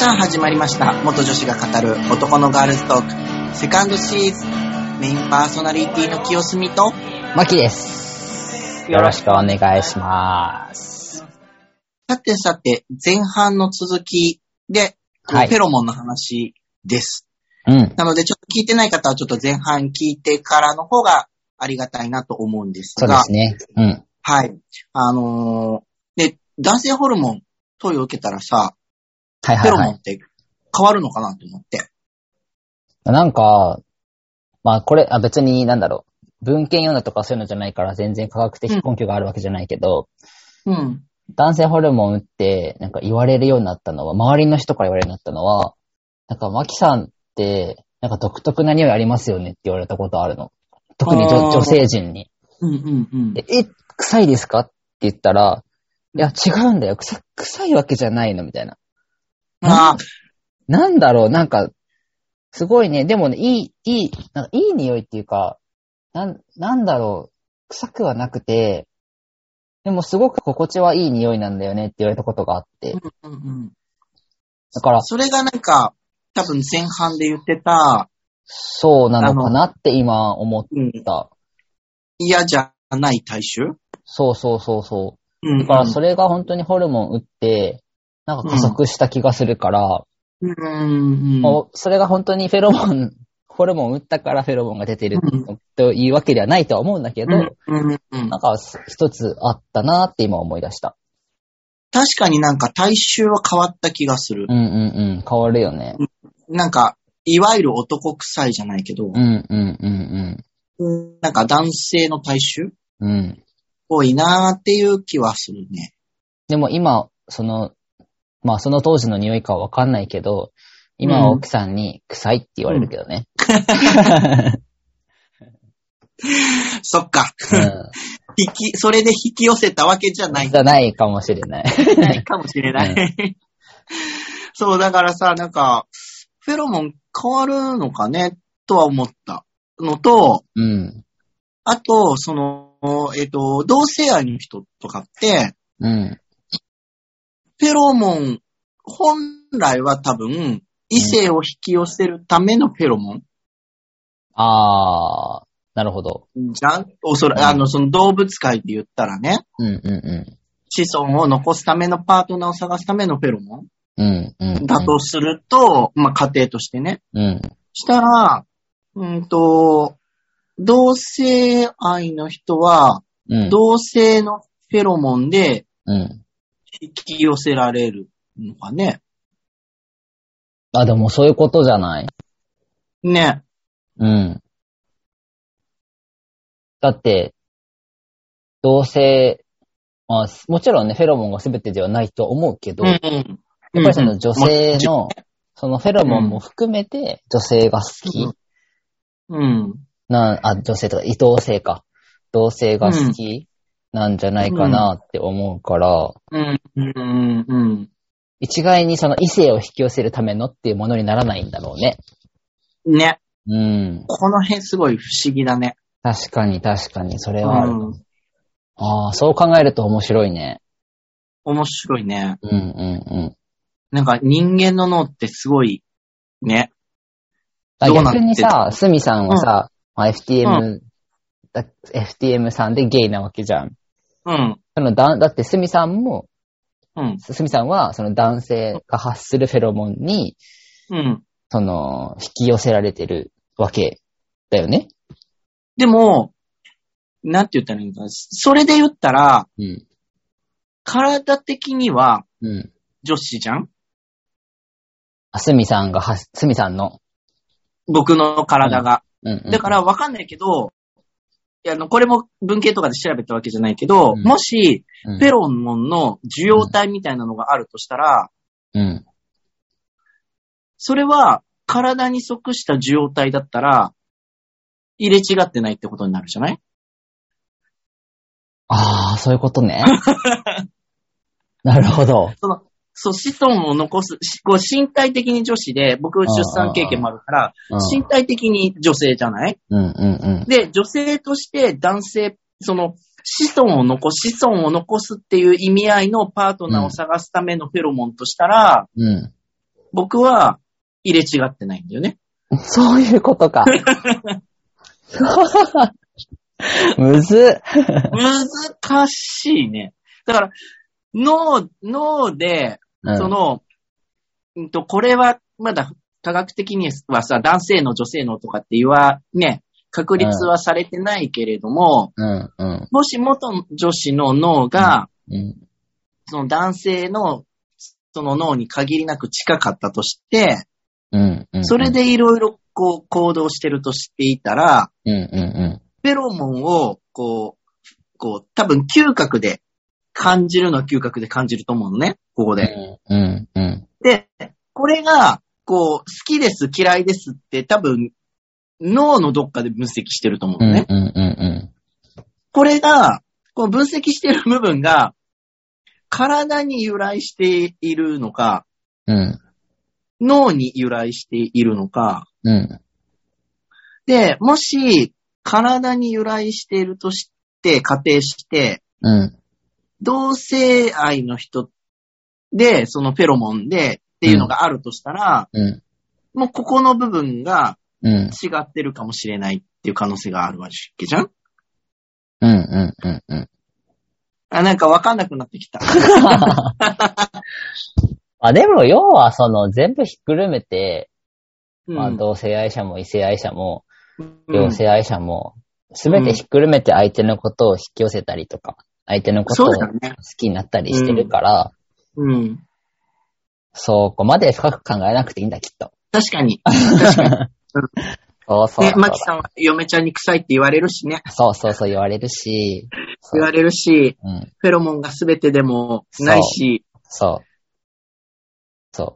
さあ始まりました。元女子が語る男のガールズトークセカンドシーズン、メインパーソナリティの清澄とマキです。よろしくお願いします。 さて、前半の続きで、フェロモンの話です。なのでちょっと聞いてない方はちょっと前半聞いてからの方がありがたいなと思うんですが。 そうですね。 はい。で、男性ホルモン投与を受けたらさ、フェロモンって変わるのかなと思って。 なんか、まあこれ、別に文献読んだとかそういうのじゃないから全然科学的根拠があるわけじゃないけど、男性ホルモン打ってなんか言われるようになったのは、周りの人から言われるようになったのは、なんかマキさんってなんか独特な匂いありますよねって言われたことあるの。特に女性陣に。臭いですかって言ったら、いや違うんだよ。臭いわけじゃないのみたいな。なんだろう、なんか、すごいね、でもね、いい匂いっていうか、なんだろう、臭くはなくて、でもすごく心地はいい匂いなんだよねって言われたことがあって。だから、 それがなんか、多分前半で言ってた、 そうなのかなって今思った。 嫌じゃない体臭？ そう。だからそれが本当にホルモン打って、なんか加速した気がするから、それが本当にホルモン打ったからフェロモンが出てるというわけではないとは思うんだけど、なんか一つあったなって今思い出した。 確かになんか体臭は変わった気がする。 変わるよね。 なんか、いわゆる男臭いじゃないけど、なんか男性の体臭多いなーっていう気はするね。 でも今、その当時の匂いかはわかんないけど、今は奥さんに臭いって言われるけどね。 そっか。それで引き寄せたわけじゃない。 じゃないかもしれない。 ないかもしれない。そう、だからさ、なんか、フェロモン変わるのかねとは思ったのと、あと、同性愛の人とかって、フェロモン、本来は多分、異性を引き寄せるためのフェロモン。 なるほど。 じゃん？その動物界で言ったらね。子孫を残すためのパートナーを探すためのフェロモン。だとすると、まあ、家庭としてね。したら、同性愛の人は、同性のフェロモンで、引き寄せられるのかね。 でもそういうことじゃない？ ね。 だって、同性、もちろんね、フェロモンが全てではないと思うけど、やっぱりその女性の、そのフェロモンも含めて女性が好き。女性とか、異同性か。同性が好きなんじゃないかなって思うから、一概にその異性を引き寄せるためのっていうものにならないんだろうね。 ね。この辺すごい不思議だね。 確かに、それはある。そう考えると面白いね。 面白いね。なんか人間の脳ってすごい、ね。 逆にさ、スミさんはさ、FTM さんでゲイなわけじゃん。だってスミさんはその男性が発するフェロモンに、引き寄せられてるわけだよね。 でも、なんて言ったらいいのかな。それで言ったら、体的には、女子じゃん？ スミさんの。 僕の体が。だからわかんないけど、これも文系とかで調べたわけじゃないけど、もし、フェロモンの受容体みたいなのがあるとしたら、それは体に即した受容体だったら、入れ違ってないってことになるじゃない？ そういうことね。なるほど。 子孫を残す、身体的に女子で、僕出産経験もあるから、身体的に女性じゃない？で、女性として男性、子孫を残すっていう意味合いのパートナーを探すためのフェロモンとしたら、 僕は入れ違ってないんだよね。 そういうことか。むずっ。 難しいね。だから、脳で、これはまだ科学的にはさ、男性の女性のとかって確立はされてないけれども、もし元女子の脳が、その男性のその脳に限りなく近かったとして、それでいろいろこう行動してるとしていたら、フェロモンをこう多分嗅覚で感じるのは嗅覚で感じると思うのね、ここで。で、これが好きです嫌いですって多分脳のどっかで分析してると思うのね。これがこの分析してる部分が体に由来しているのか、脳に由来しているのか、で、もし体に由来しているとして仮定して、同性愛の人でそのフェロモンでっていうのがあるとしたら、もうここの部分が違ってるかもしれないっていう可能性があるわけじゃん？なんかわかんなくなってきた。 でも要は全部ひっくるめて、同性愛者も異性愛者も、両性愛者も、すべてひっくるめて相手のことを引き寄せたりとか、相手のことを好きになったりしてるから、そこまで深く考えなくていいんだ、きっと。 確かに。 そう。 マキさんは嫁ちゃんに臭いって言われるしね。 そう言われるし。 フェロモンが全てでもないし。 そう。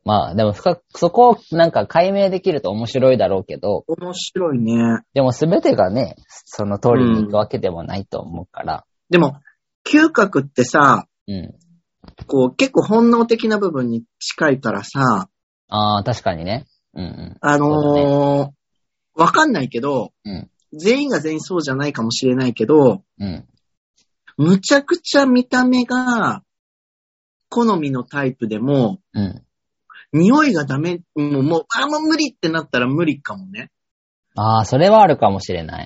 でもそこをなんか解明できると面白いだろうけど。 面白いね。 でも全てがね、その通りに行くわけでもないと思うから。 でも、嗅覚ってさ、結構本能的な部分に近いからさ。 確かにね。 わかんないけど、全員が全員そうじゃないかもしれないけど、むちゃくちゃ見た目が好みのタイプでも、匂いがダメ、もう無理ってなったら無理かもね。 それはあるかもしれない。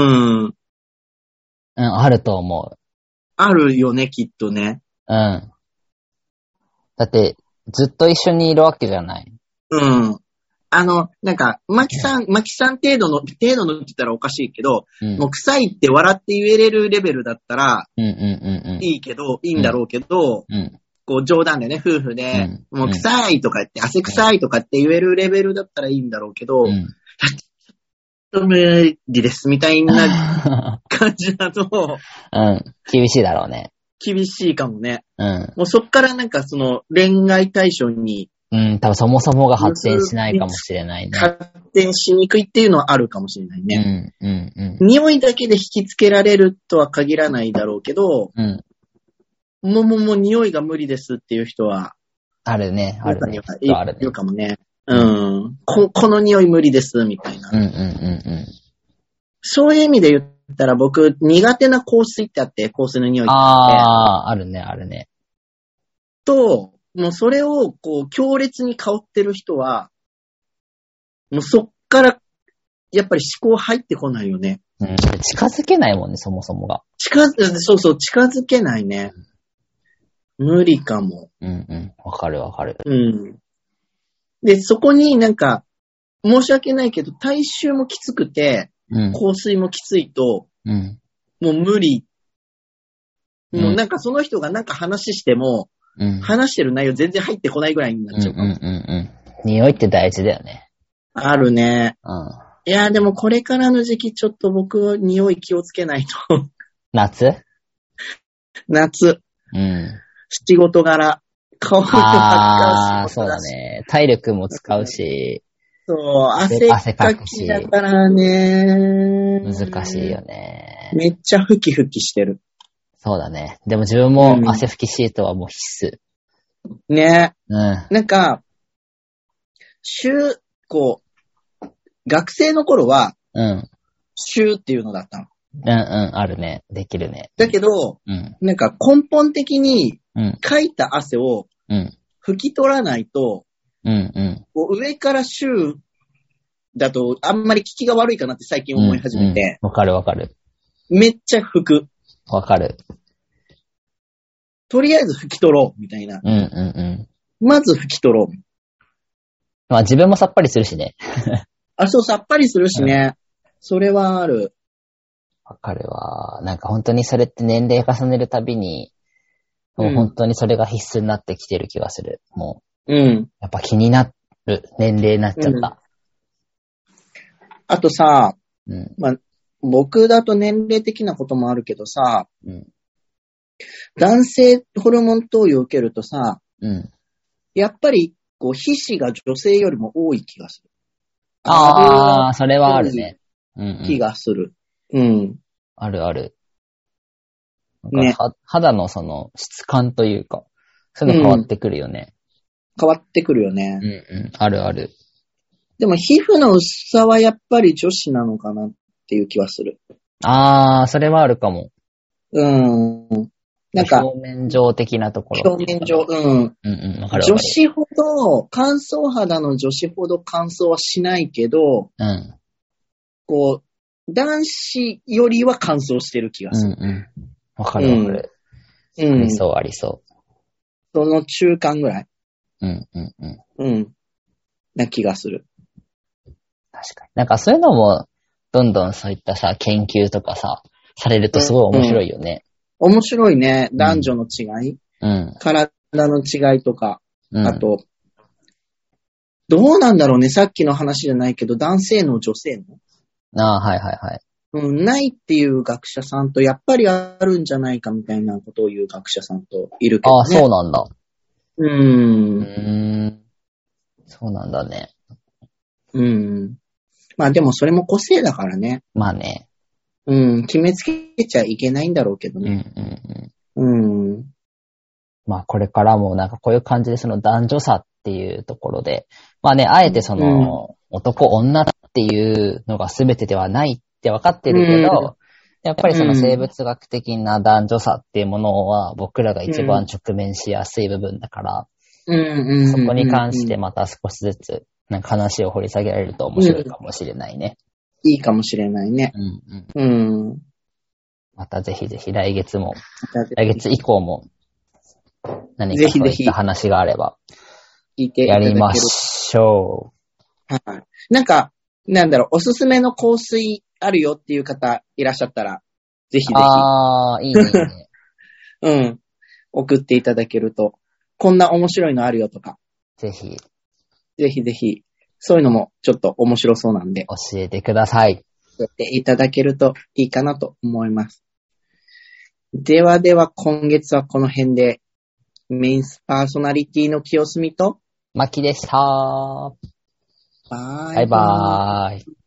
あると思う。 あるよね、きっとね。 だって、ずっと一緒にいるわけじゃない。 なんか、マキさん程度のって言ったらおかしいけど、もう臭いって笑って言えれるレベルだったら、いいんだろうけど、冗談でね、夫婦で、もう臭いとか言って、汗臭いとかって言えるレベルだったらいいんだろうけど、ちょっと無理ですみたいな感じだと、 厳しいだろうね。 厳しいかもね。もうそっからなんか恋愛対象に、 多分そもそもが発展しないかもしれないね。 発展しにくいっていうのはあるかもしれないね。匂いだけで引きつけられるとは限らないだろうけど、もう匂いが無理ですっていう人は、 あるね。 いるかもね。この匂い無理です、みたいな。そういう意味で言ったら僕、苦手な香水ってあって、香水の匂いってあるね。 と、もうそれを強烈に香ってる人は、もうそっからやっぱり思考入ってこないよね。 近づけないもんね、そもそもが。 近づけないね。無理かも。 わかる。 で、そこになんか、申し訳ないけど、体臭もきつくて、香水もきついと、もう無理。もうなんかその人がなんか話しても、話してる内容全然入ってこないぐらいになっちゃうかも。 匂いって大事だよね。 あるね。いや、でもこれからの時期ちょっと僕匂い気をつけないと。 夏。 仕事柄。顔も使うし。 そうだね。体力も使うし。 そう、汗かきだからね。 難しいよね。 めっちゃふきふきしてる。 そうだね。でも自分も汗拭きシートはもう必須。ね。なんか、学生の頃は、週っていうのだったの。 あるね。できるね。 だけど、なんか根本的に、かいた汗を、拭き取らないと、 うんうん。 上からシューだとあんまり効きが悪いかなって最近思い始めて。 わかるわかる。 めっちゃ拭く。 わかる。 とりあえず拭き取ろう、みたいな。 うんうんうん。 まず拭き取ろう。 まあ自分もさっぱりするしね。 そう、さっぱりするしね。それはある。 わかるわ。なんか本当にそれって年齢重ねるたびに、もう本当にそれが必須になってきてる気がする。もう。やっぱ気になる年齢になっちゃった。 あとさ、まあ、僕だと年齢的なこともあるけどさ、男性ホルモン投与を受けるとさ、やっぱりこう皮脂が女性よりも多い気がする。 ああ、それはあるね。 気がする。 あるある。なんか肌のその質感というか、そういうの変わってくるよね。 変わってくるよね。 あるある。 でも皮膚の薄さはやっぱり女子なのかなっていう気はする。 ああ、それはあるかも。 なんか、 表面上的なところ。 表面上、女子ほど、乾燥肌の女子ほど乾燥はしないけど、こう、男子よりは乾燥してる気がする。 わかるわかる。ありそうありそう。 その中間ぐらい。な気がする。 確かに。なんかそういうのも、どんどんそういったさ、研究とかさ、されるとすごい面白いよね。 面白いね。男女の違い。体の違いとか。あと、どうなんだろうね。さっきの話じゃないけど、男性の女性の。 はいはいはい。 ないっていう学者さんと、やっぱりあるんじゃないかみたいなことを言う学者さんといるけどね。 そうなんだ。そうなんだね。 まあでもそれも個性だからね。 まあね。 決めつけちゃいけないんだろうけどね。 まあこれからもなんかこういう感じでその男女差っていうところで、まあね、あえてその男女っていうのが全てではないって分かってるけど、やっぱりその生物学的な男女差っていうものは僕らが一番直面しやすい部分だから、そこに関してまた少しずつなんか話を掘り下げられると面白いかもしれないね。 いいかもしれないね。 またぜひぜひ来月以降も何かそういった話があればやりましょう。はい。なんか、おすすめの香水あるよっていう方いらっしゃったら、ぜひぜひ。 いいね。 いいね。送っていただけると、こんな面白いのあるよとか。 ぜひ。 ぜひぜひ。そういうのもちょっと面白そうなんで。 教えてください。 やっていただけるといいかなと思います。ではでは今月はこの辺で、メインパーソナリティの清澄と、 マキでした。 バイバイバーイ。